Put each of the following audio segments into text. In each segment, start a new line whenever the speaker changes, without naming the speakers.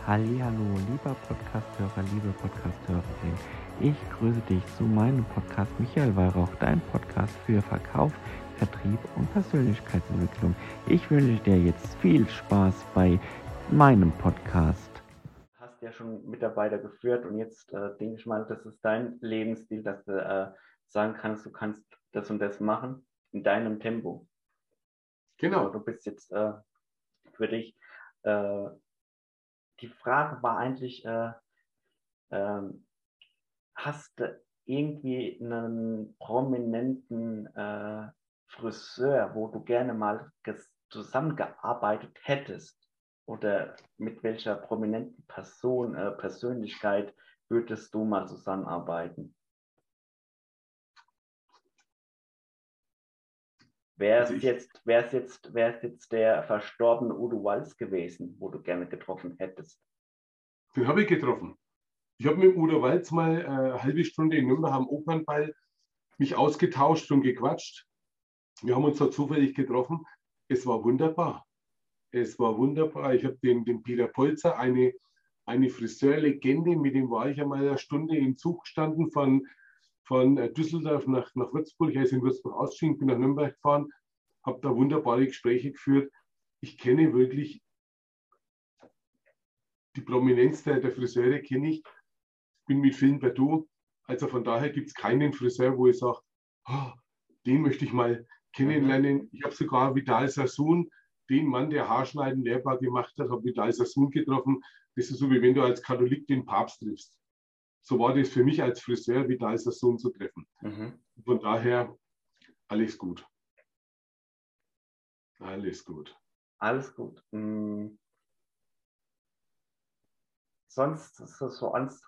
Hallihallo, lieber Podcasthörer, liebe Podcasthörerin. Ich grüße dich zu meinem Podcast Michael Weihrauch, dein Podcast für Verkauf, Vertrieb und Persönlichkeitsentwicklung. Ich wünsche dir jetzt viel Spaß bei meinem Podcast. Du hast ja schon Mitarbeiter geführt und jetzt denke ich mal, das ist dein Lebensstil, dass du sagen kannst, du kannst das und das machen in deinem Tempo.
Genau.
Also du bist jetzt für dich, die Frage war eigentlich, hast du irgendwie einen prominenten Friseur, wo du gerne mal zusammengearbeitet hättest? Oder mit welcher prominenten Person, Persönlichkeit würdest du mal zusammenarbeiten? Wäre es jetzt der verstorbene Udo Walz gewesen, wo du gerne getroffen hättest?
Den habe ich getroffen. Ich habe mit Udo Walz mal eine halbe Stunde in Nürnberg am Opernball mich ausgetauscht und gequatscht. Wir haben uns da zufällig getroffen. Es war wunderbar. Es war wunderbar. Ich habe den Peter Polzer, eine Friseurlegende, mit dem war ich einmal eine Stunde im Zug gestanden von Düsseldorf nach Würzburg. Er ist in Würzburg ausgestiegen, bin nach Nürnberg gefahren, habe da wunderbare Gespräche geführt. Ich kenne wirklich die Prominenz der Friseure, kenne ich. Bin mit vielen per Du. Also von daher gibt es keinen Friseur, wo ich sage, oh, den möchte ich mal kennenlernen. Ich habe sogar Vidal Sassoon, den Mann, der Haarschneiden lehrbar gemacht hat, habe Vidal Sassoon getroffen. Das ist so, wie wenn du als Katholik den Papst triffst. So war das für mich als Friseur, Vidal Sassoon zu treffen. Von daher alles gut. Alles gut.
Alles gut. Sonst sonst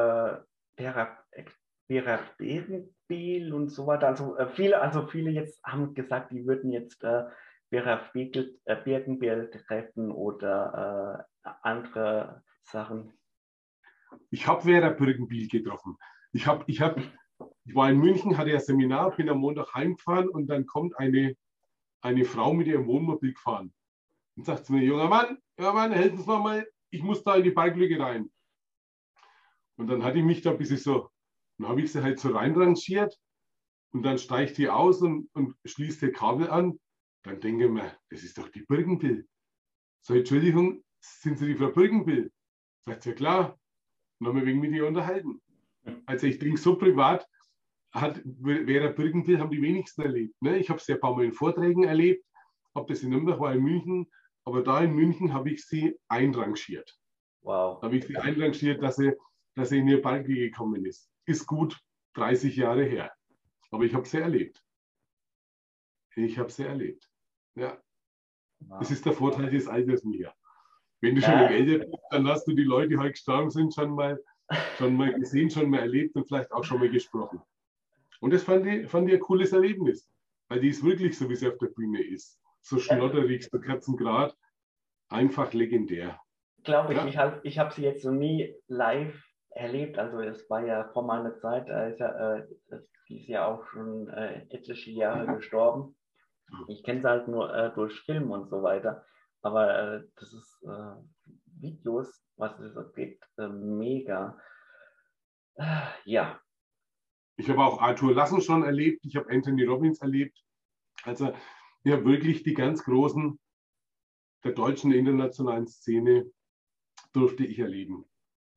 Birkenbiel und so weiter. Also viele jetzt haben gesagt, die würden jetzt Birkenbiel treffen oder andere Sachen.
Ich habe Vera Birkenbiel getroffen. Ich war in München, hatte ein Seminar, bin am Montag heimgefahren und dann kommt eine Frau mit ihrem Wohnmobil gefahren und sagt zu mir, junger Mann, helfen Sie mal, ich muss da in die Parklücke rein. Und dann hatte ich mich da ein bisschen so, dann habe ich sie halt so reinrangiert und dann steigt die aus und schließt ihr Kabel an. Dann denke ich mir, das ist doch die Birkenbiel. So, Entschuldigung, sind Sie die Frau Birkenbiel? Sagt sie, ja klar. Und haben wir wegen mit ihr unterhalten. Also ich denke, so privat hat Vera Birkenbiel haben die wenigsten erlebt. Ne? Ich habe sie ein paar Mal in Vorträgen erlebt, ob das in Nürnberg war, in München, aber da in München habe ich sie einrangiert.
Wow.
Habe ich sie einrangiert, dass sie in ihr Parkliege gekommen ist. Ist gut 30 Jahre her. Aber ich habe sie erlebt. Ich habe sie erlebt. Ja. Wow. Das ist der Vorteil des Alters, Micha. Wenn du schon ein älter bist, dann hast du die Leute, die heute gestorben sind, schon mal gesehen, schon mal erlebt und vielleicht auch schon mal gesprochen. Und das fand ich ein cooles Erlebnis. Weil die ist wirklich so, wie sie auf der Bühne ist. So schnodderig, so Kerzengrad. Einfach legendär.
Glaube ich, ja. Ich habe sie jetzt noch nie live erlebt. Also es war ja vor meiner Zeit, die ist ja auch schon etliche Jahre gestorben. Ich kenne sie halt nur durch Film und so weiter. Aber das ist Videos, was es gibt, mega. Ja.
Ich habe auch Arthur Lassen schon erlebt. Ich habe Anthony Robbins erlebt. Also ich habe wirklich die ganz Großen der deutschen internationalen Szene durfte ich erleben.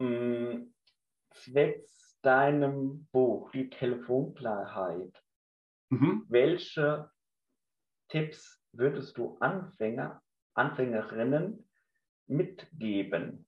Zwecks deinem Buch, die Telefonklarheit, welche Tipps würdest du Anfängerinnen mitgeben?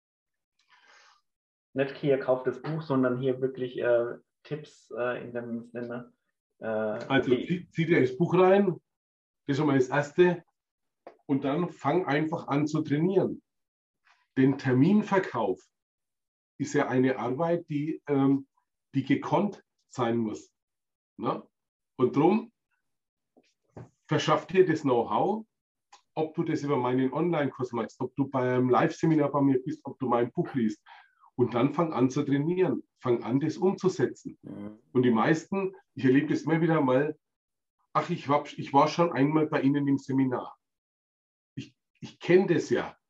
Nicht hier kauft das Buch, sondern hier wirklich Tipps in dem Sinne.
Also zieh dir das Buch rein, das ist schon mal das Erste, und dann fang einfach an zu trainieren. Denn Terminverkauf ist ja eine Arbeit, die gekonnt sein muss. Ne? Und darum verschafft dir das Know-how, ob du das über meinen Online-Kurs machst, ob du bei einem Live-Seminar bei mir bist, ob du mein Buch liest. Und dann fang an zu trainieren, fang an, das umzusetzen. Und die meisten, ich erlebe das immer wieder mal, ach, ich war schon einmal bei Ihnen im Seminar. Ich kenne das ja.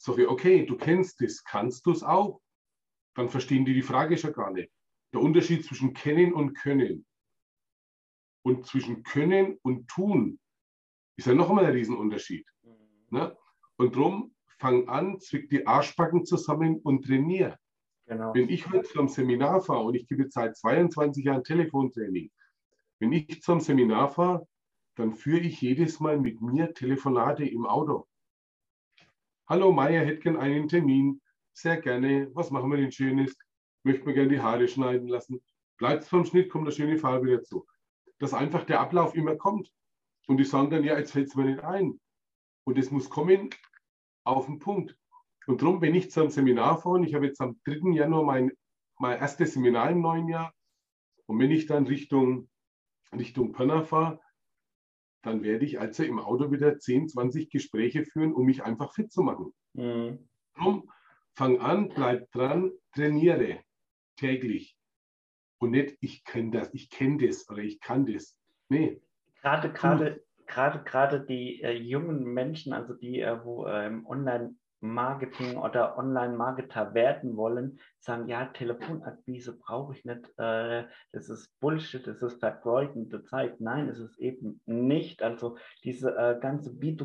Sag ich, okay, du kennst das, kannst du es auch? Dann verstehen die Frage schon gar nicht. Der Unterschied zwischen kennen und können und zwischen können und tun ist ja noch einmal ein Riesenunterschied. Ne? Und darum fang an, zwick die Arschbacken zusammen und trainier.
Genau.
Wenn ich heute zum Seminar fahre und ich gebe seit 22 Jahren Telefontraining, wenn ich zum Seminar fahre, dann führe ich jedes Mal mit mir Telefonate im Auto. Hallo Meier, hätte gern einen Termin. Sehr gerne. Was machen wir denn Schönes? Möchten wir gerne die Haare schneiden lassen. Bleibt vom Schnitt, kommt eine schöne Farbe dazu. Dass einfach der Ablauf immer kommt. Und die sagen dann, ja, jetzt fällt es mir nicht ein. Und es muss kommen auf den Punkt. Und darum, wenn ich zum Seminar fahre, und ich habe jetzt am 3. Januar mein erstes Seminar im neuen Jahr, und wenn ich dann Richtung Pirna fahre, dann werde ich also im Auto wieder 10, 20 Gespräche führen, um mich einfach fit zu machen. Darum, fang an, bleib dran, trainiere täglich. Und nicht, ich kenne das oder ich kann das. Nee.
Gerade die jungen Menschen, also die, wo im Online-Marketing oder Online-Marketer werden wollen, sagen, ja, Telefonakquise brauche ich nicht, das ist Bullshit, das ist vergeudete Zeit. Nein, es ist eben nicht. Also diese ganze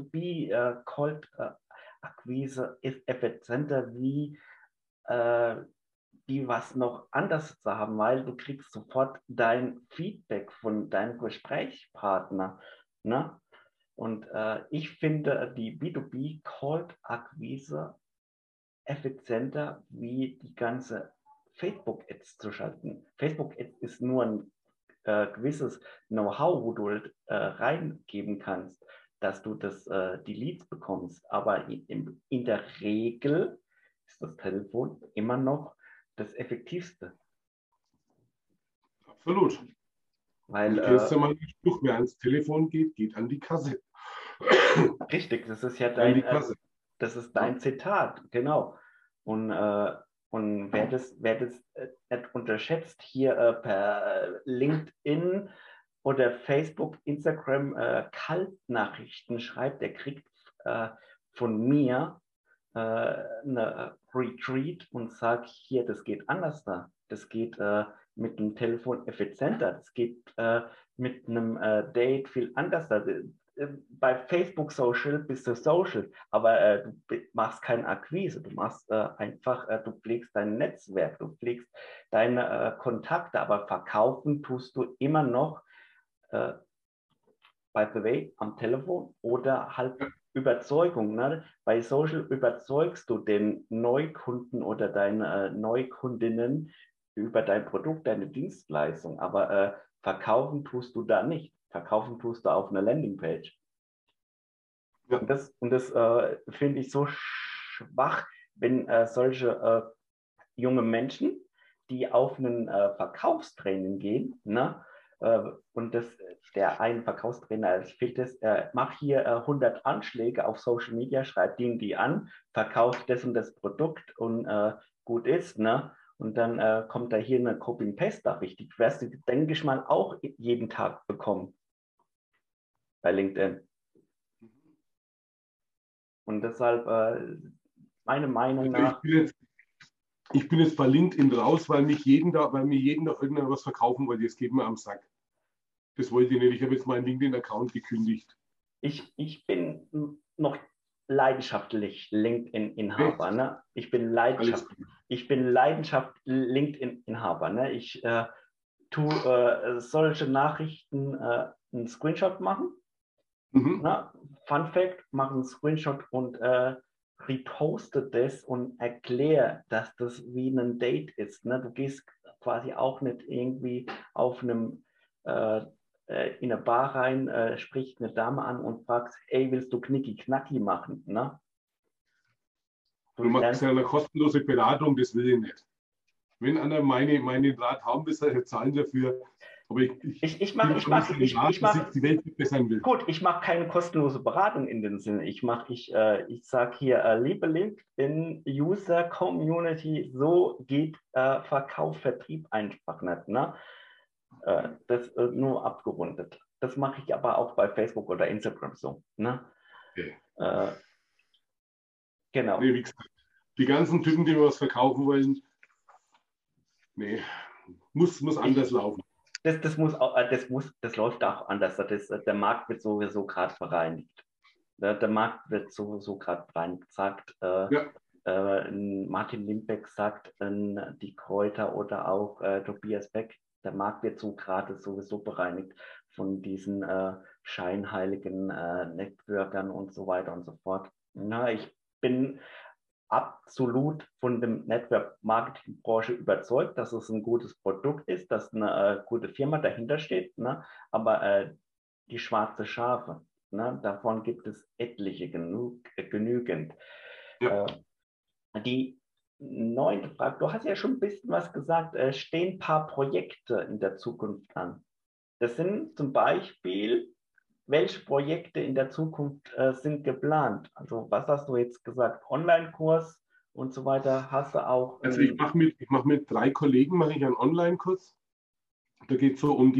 B2B-Cold-Akquise ist effizienter wie die was noch anders zu haben, weil du kriegst sofort dein Feedback von deinem Gesprächspartner. Ne? Und ich finde die B2B-Cold-Akquise effizienter, wie die ganze Facebook-Ads zu schalten. Facebook-Ads ist nur ein gewisses Know-how, wo du reingeben kannst, dass du die Leads bekommst. Aber in der Regel ist das Telefon immer noch das Effektivste.
Absolut.
Weil,
du kennst ja mal den Spruch, wer ans Telefon geht, geht an die Kasse.
Richtig, das ist ja das ist dein Zitat, genau. Und wer das nicht unterschätzt, hier per LinkedIn oder Facebook, Instagram Kaltnachrichten schreibt, der kriegt von mir eine Retreat und sagt, hier, das geht anders da. Das geht mit dem Telefon effizienter. Das geht mit einem Date viel anders da. Bei Facebook Social bist du Social, aber du machst keine Akquise. Du machst einfach, du pflegst dein Netzwerk, du pflegst deine Kontakte, aber verkaufen tust du immer noch by the way, am Telefon oder halt Überzeugung. Ne? Bei Social überzeugst du den Neukunden oder deine Neukundinnen über dein Produkt, deine Dienstleistung, aber verkaufen tust du da nicht. Verkaufen tust du auf einer Landingpage. Ja. Und das finde ich so schwach, wenn solche junge Menschen, die auf einen Verkaufstraining gehen, ne? Und der ein Verkaufstrainer empfiehlt es, mach hier 100 Anschläge auf Social Media, schreib die an, verkauf das und das Produkt und gut ist, ne? Und dann kommt da hier eine Copy-Paste-Nachricht. Die wirst du, denke ich mal, auch jeden Tag bekommen bei LinkedIn. Und deshalb meine Meinung nach.
Ich bin jetzt bei LinkedIn raus, weil mir jeden da irgendwas verkaufen wollte. Jetzt geht mir am Sack. Das wollte ich nicht. Ich habe jetzt meinen LinkedIn-Account gekündigt.
Ich bin noch leidenschaftlich LinkedIn-Inhaber. Ne? Ich bin leidenschaftlich LinkedIn-Inhaber. Ne? Ich tue solche Nachrichten einen Screenshot machen. Ne? Fun Fact, mache einen Screenshot und reposte das und erkläre, dass das wie ein Date ist. Ne? Du gehst quasi auch nicht irgendwie auf einem in eine Bar rein, spricht eine Dame an und fragst, hey, willst du Knicki-Knacki machen? Ne?
Du machst ja eine kostenlose Beratung, das will ich nicht. Wenn einer meine Rat haben will, soll er zahlen dafür. Aber
ich mache
die Welt verbessern will.
Gut, ich mache keine kostenlose Beratung in dem Sinne. Ich sage hier, liebe LinkedIn-User Community, so geht Verkauf, Vertrieb einfach nicht. Ne? Das nur abgerundet. Das mache ich aber auch bei Facebook oder Instagram so. Ne?
Okay.
Genau.
Nee, wie gesagt, die ganzen Typen, die mir was verkaufen wollen, nee, muss anders laufen.
Das läuft auch anders. Der Markt wird sowieso gerade bereinigt. Der Markt wird sowieso gerade bereinigt.
Ja,
Martin Limbeck sagt, die Kräuter oder auch Tobias Beck, der Markt wird so gerade sowieso bereinigt von diesen scheinheiligen Networkern und so weiter und so fort. Na, ich bin absolut von der Network-Marketing-Branche überzeugt, dass es ein gutes Produkt ist, dass eine gute Firma dahinter steht, ne? Aber die schwarze Schafe, ne? Davon gibt es etliche genügend.
ja.
Die 9. Frage, du hast ja schon ein bisschen was gesagt, stehen ein paar Projekte in der Zukunft an. Das sind zum Beispiel, welche Projekte in der Zukunft sind geplant? Also was hast du jetzt gesagt? Online-Kurs und so weiter. Hast du auch...
Also ich mach mit 3 Kollegen mache ich einen Online-Kurs. Da geht es so um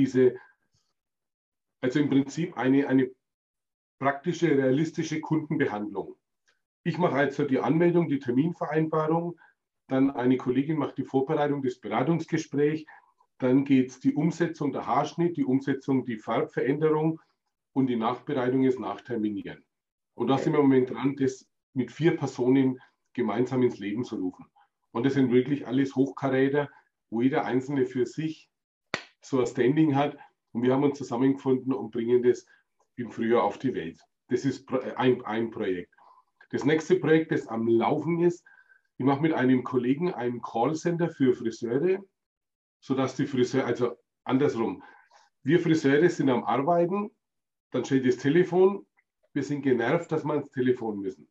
also im Prinzip eine praktische, realistische Kundenbehandlung. Ich mache also die Anmeldung, die Terminvereinbarung, dann eine Kollegin macht die Vorbereitung des Beratungsgesprächs, dann geht es die Umsetzung, der Haarschnitt, die Umsetzung, die Farbveränderung und die Nachbereitung ist Nachterminieren. Und da sind wir im Moment dran, das mit 4 Personen gemeinsam ins Leben zu rufen. Und das sind wirklich alles Hochkaräter, wo jeder Einzelne für sich so ein Standing hat. Und wir haben uns zusammengefunden und bringen das im Frühjahr auf die Welt. Das ist ein Projekt. Das nächste Projekt, das am Laufen ist, ich mache mit einem Kollegen einen Callcenter für Friseure, sodass die Friseure, also andersrum, wir Friseure sind am Arbeiten, dann steht das Telefon, wir sind genervt, dass wir ans Telefon müssen.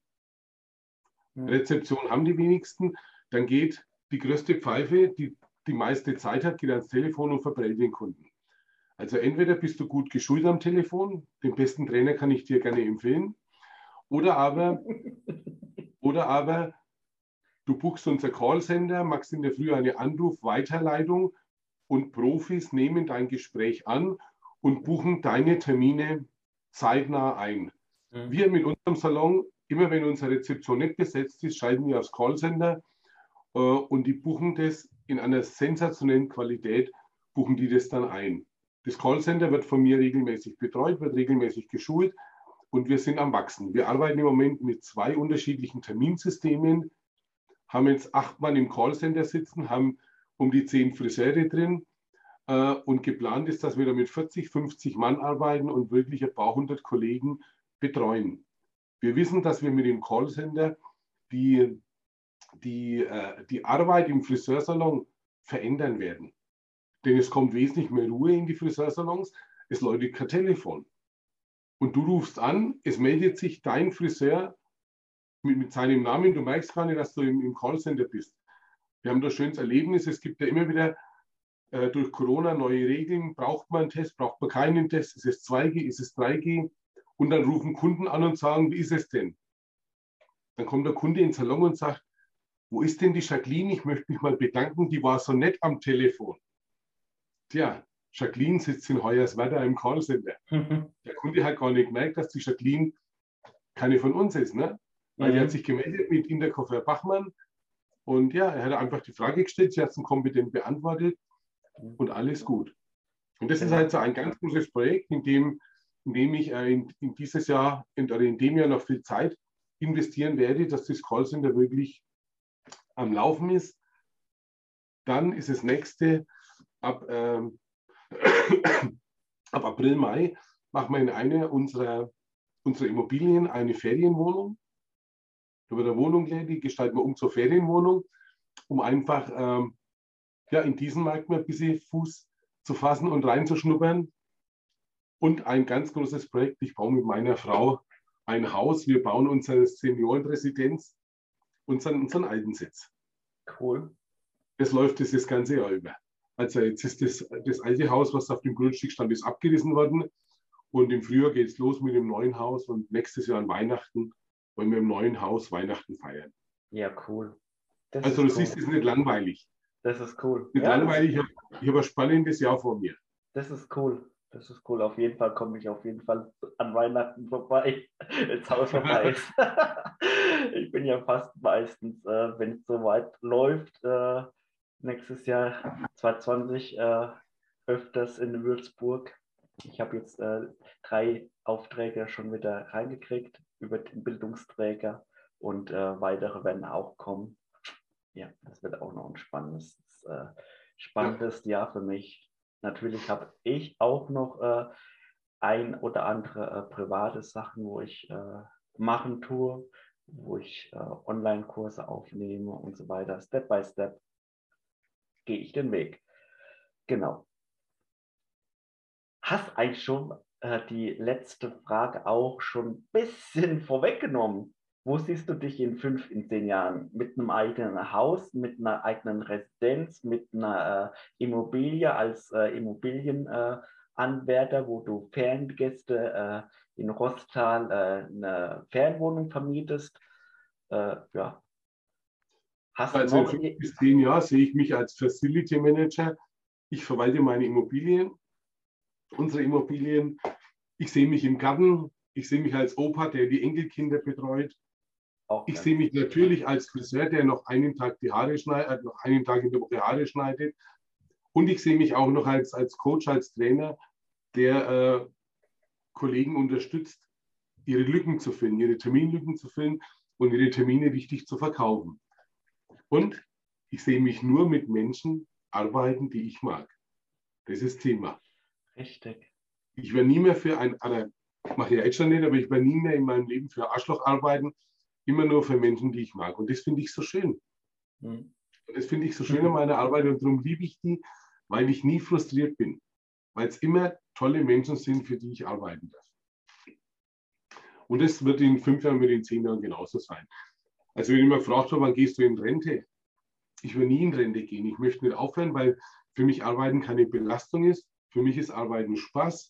Rezeption haben die wenigsten, dann geht die größte Pfeife, die die meiste Zeit hat, geht ans Telefon und verprellt den Kunden. Also entweder bist du gut geschult am Telefon, den besten Trainer kann ich dir gerne empfehlen, oder aber du buchst unser Callcenter, machst in der Früh eine Anruf-Weiterleitung und Profis nehmen dein Gespräch an und buchen deine Termine zeitnah ein. Wir mit unserem Salon, immer wenn unsere Rezeption nicht besetzt ist, schalten wir aufs Callcenter und die buchen das in einer sensationellen Qualität, buchen die das dann ein. Das Callcenter wird von mir regelmäßig betreut, wird regelmäßig geschult und wir sind am Wachsen. Wir arbeiten im Moment mit 2 unterschiedlichen Terminsystemen, haben jetzt 8 Mann im Callcenter sitzen, haben um die 10 Friseure drin und geplant ist, dass wir da mit 40, 50 Mann arbeiten und wirklich ein paar hundert Kollegen betreuen. Wir wissen, dass wir mit dem Callcenter die Arbeit im Friseursalon verändern werden. Denn es kommt wesentlich mehr Ruhe in die Friseursalons, es läutet kein Telefon. Und du rufst an, es meldet sich dein Friseur mit seinem Namen, du merkst gar nicht, dass du im Callcenter bist. Wir haben da ein schönes Erlebnis, es gibt ja immer wieder durch Corona neue Regeln, braucht man einen Test, braucht man keinen Test, ist es 2G, ist es 3G? Und dann rufen Kunden an und sagen, wie ist es denn? Dann kommt der Kunde in den Salon und sagt, wo ist denn die Jacqueline? Ich möchte mich mal bedanken, die war so nett am Telefon. Tja, Jacqueline sitzt in Hoyerswerda im Callcenter. Der Kunde hat gar nicht gemerkt, dass die Jacqueline keine von uns ist, ne? Weil die hat sich gemeldet mit Interkoffer Bachmann und ja, er hat einfach die Frage gestellt, sie hat es kompetent beantwortet und alles gut. Und das ist halt so ein ganz großes Projekt, in dem ich in dieses Jahr, in dem Jahr noch viel Zeit investieren werde, dass das Callcenter wirklich am Laufen ist. Dann ist das nächste, ab April, Mai, machen wir in einer unserer Immobilien eine Ferienwohnung. Da wird eine Wohnung leer, die gestalten wir um zur Ferienwohnung, um einfach in diesen Markt mal ein bisschen Fuß zu fassen und reinzuschnuppern. Und ein ganz großes Projekt, ich baue mit meiner Frau ein Haus. Wir bauen unsere Seniorenresidenz, unseren Altensitz.
Cool.
Das läuft das ganze Jahr über. Also jetzt ist das alte Haus, was auf dem Grundstück stand, ist abgerissen worden. Und im Frühjahr geht es los mit dem neuen Haus. Und nächstes Jahr an Weihnachten wollen wir im neuen Haus Weihnachten feiern.
Ja, cool.
Also du siehst, es ist nicht langweilig.
Das ist cool.
Nicht langweilig, ich habe ein spannendes Jahr vor mir.
Das ist cool. Das ist cool. Auf jeden Fall komme ich auf jeden Fall an Weihnachten vorbei, wenn das Haus vorbei ist. Ich bin ja fast meistens, wenn es soweit läuft, nächstes Jahr 2020 öfters in Würzburg. Ich habe jetzt 3 Aufträge schon wieder reingekriegt über den Bildungsträger und weitere werden auch kommen. Ja, das wird auch noch ein spannendes Jahr für mich. Natürlich habe ich auch noch ein oder andere private Sachen, wo ich machen tue, wo ich Online-Kurse aufnehme und so weiter. Step by Step gehe ich den Weg. Genau. Hast eigentlich schon die letzte Frage auch schon ein bisschen vorweggenommen. Wo siehst du dich in 5, in 10 Jahren? Mit einem eigenen Haus, mit einer eigenen Residenz, mit einer Immobilie als Immobilienanwärter, wo du Ferngäste in Rostal eine Fernwohnung vermietest? Ja. Hast du
Also in
noch
5 bis 10 Jahren sehe ich mich als Facility Manager. Ich verwalte meine Immobilien, unsere Immobilien. Ich sehe mich im Garten. Ich sehe mich als Opa, der die Enkelkinder betreut. Ich sehe mich natürlich als Friseur, der noch einen Tag die Haare schneidet, noch einen Tag in der Woche Haare schneidet. Und ich sehe mich auch noch als Coach, als Trainer, der Kollegen unterstützt, ihre Lücken zu finden, ihre Terminlücken zu finden und ihre Termine richtig zu verkaufen. Und ich sehe mich nur mit Menschen arbeiten, die ich mag. Das ist Thema.
Richtig.
Ich werde nie mehr für mache ich ja jetzt schon nicht, aber ich werde nie mehr in meinem Leben für Arschloch arbeiten, immer nur für Menschen, die ich mag. Und das finde ich so schön. Und das finde ich so schön an meiner Arbeit und darum liebe ich die, weil ich nie frustriert bin. Weil es immer tolle Menschen sind, für die ich arbeiten darf. Und das wird in 5 Jahren, wird in 10 Jahren genauso sein. Also wenn ich mal gefragt habe, wann gehst du in Rente? Ich will nie in Rente gehen. Ich möchte nicht aufhören, weil für mich Arbeiten keine Belastung ist. Für mich ist Arbeiten Spaß.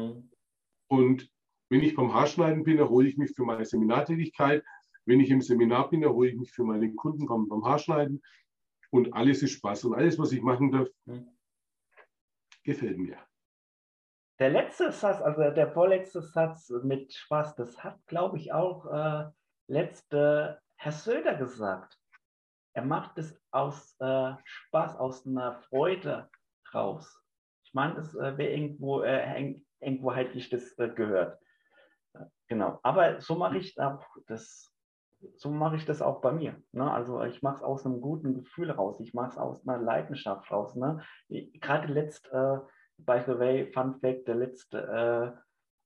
Und wenn ich beim Haarschneiden bin, erhole ich mich für meine Seminartätigkeit. Wenn ich im Seminar bin, erhole ich mich für meine Kunden beim Haarschneiden. Und alles ist Spaß. Und alles, was ich machen darf, gefällt mir.
Der letzte Satz, also der vorletzte Satz mit Spaß, das hat, glaube ich, auch letzte Herr Söder gesagt. Er macht es aus Spaß, aus einer Freude raus. Ich meine, das wäre irgendwo, irgendwo hätte ich das gehört. Genau. Aber so mache ich das auch bei mir. Ne? Also ich mache es aus einem guten Gefühl raus. Ich mache es aus einer Leidenschaft raus. Ne? Gerade by the way, Fun Fact, der letzte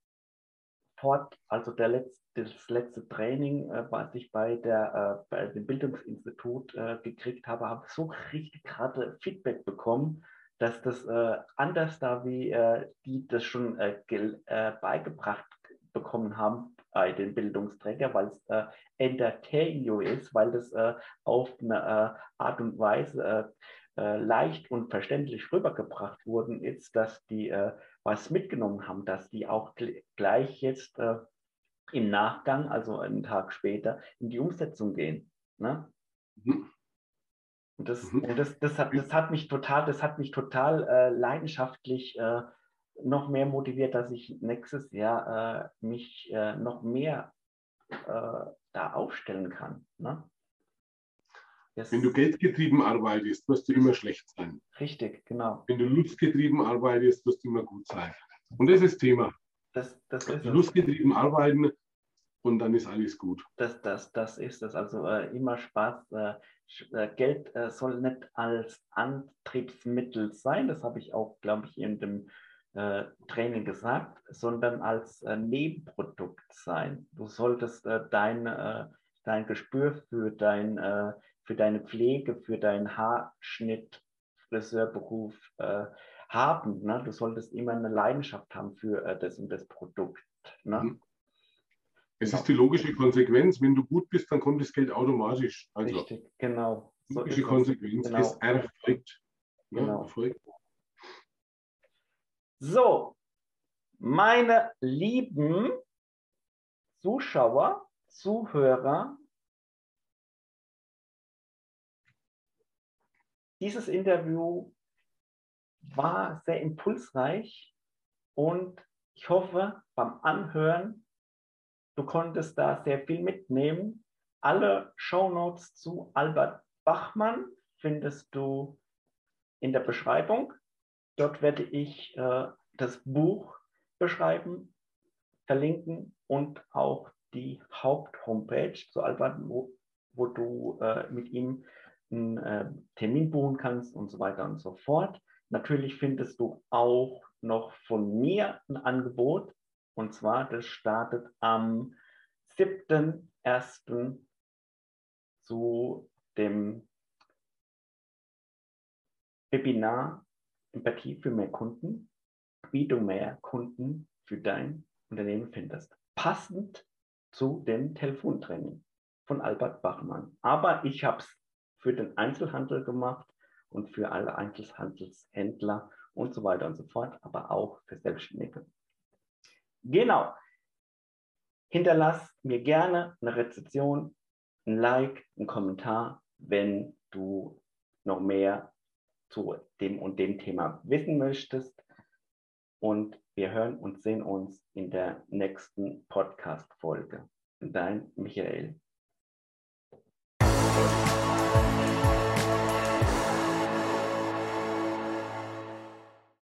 das letzte Training, was ich bei dem Bildungsinstitut gekriegt habe ich so richtig gerade Feedback bekommen, dass das anders da, wie die das schon beigebracht bekommen haben bei den Bildungsträgern, weil es Entertainio ist, weil das auf eine Art und Weise leicht und verständlich rübergebracht worden ist, dass die was mitgenommen haben, dass die auch gleich jetzt im Nachgang, also einen Tag später, in die Umsetzung gehen. Ne? Und das hat mich total leidenschaftlich noch mehr motiviert, dass ich nächstes Jahr mich noch mehr da aufstellen kann. Ne?
Wenn du geldgetrieben arbeitest, wirst du immer schlecht sein.
Richtig, genau.
Wenn du lustgetrieben arbeitest, wirst du immer gut sein. Und das ist Thema.
Das ist es.
Lustgetrieben arbeiten und dann ist alles gut.
Das ist es. Also immer Spaß. Geld soll nicht als Antriebsmittel sein, das habe ich auch, glaube ich, in dem Training gesagt, sondern als Nebenprodukt sein. Du solltest dein Gespür für deine Pflege, für deinen Haarschnitt, Friseurberuf haben. Ne? Du solltest immer eine Leidenschaft haben für das und das Produkt. Ne?
Es ist die logische Konsequenz. Wenn du gut bist, dann kommt das Geld automatisch. Also,
richtig, genau.
Logische Konsequenz ist erfolgt.
Genau.
Erfolgt.
So, meine lieben Zuschauer, Zuhörer, dieses Interview war sehr impulsreich und ich hoffe, beim Anhören, du konntest da sehr viel mitnehmen. Alle Shownotes zu Albert Bachmann findest du in der Beschreibung. Dort werde ich das Buch beschreiben, verlinken und auch die Haupthomepage zu Albert, wo du mit ihm einen Termin buchen kannst und so weiter und so fort. Natürlich findest du auch noch von mir ein Angebot, und zwar, das startet am 7.1. zu dem Webinar Empathie für mehr Kunden, wie du mehr Kunden für dein Unternehmen findest. Passend zu dem Telefontraining von Albert Bachmann. Aber ich habe es für den Einzelhandel gemacht und für alle Einzelhandelshändler und so weiter und so fort, aber auch für Selbstständige. Genau. Hinterlass mir gerne eine Rezension, ein Like, einen Kommentar, wenn du noch mehr zu dem und dem Thema wissen möchtest. Und wir hören und sehen uns in der nächsten Podcast-Folge. Dein Michael.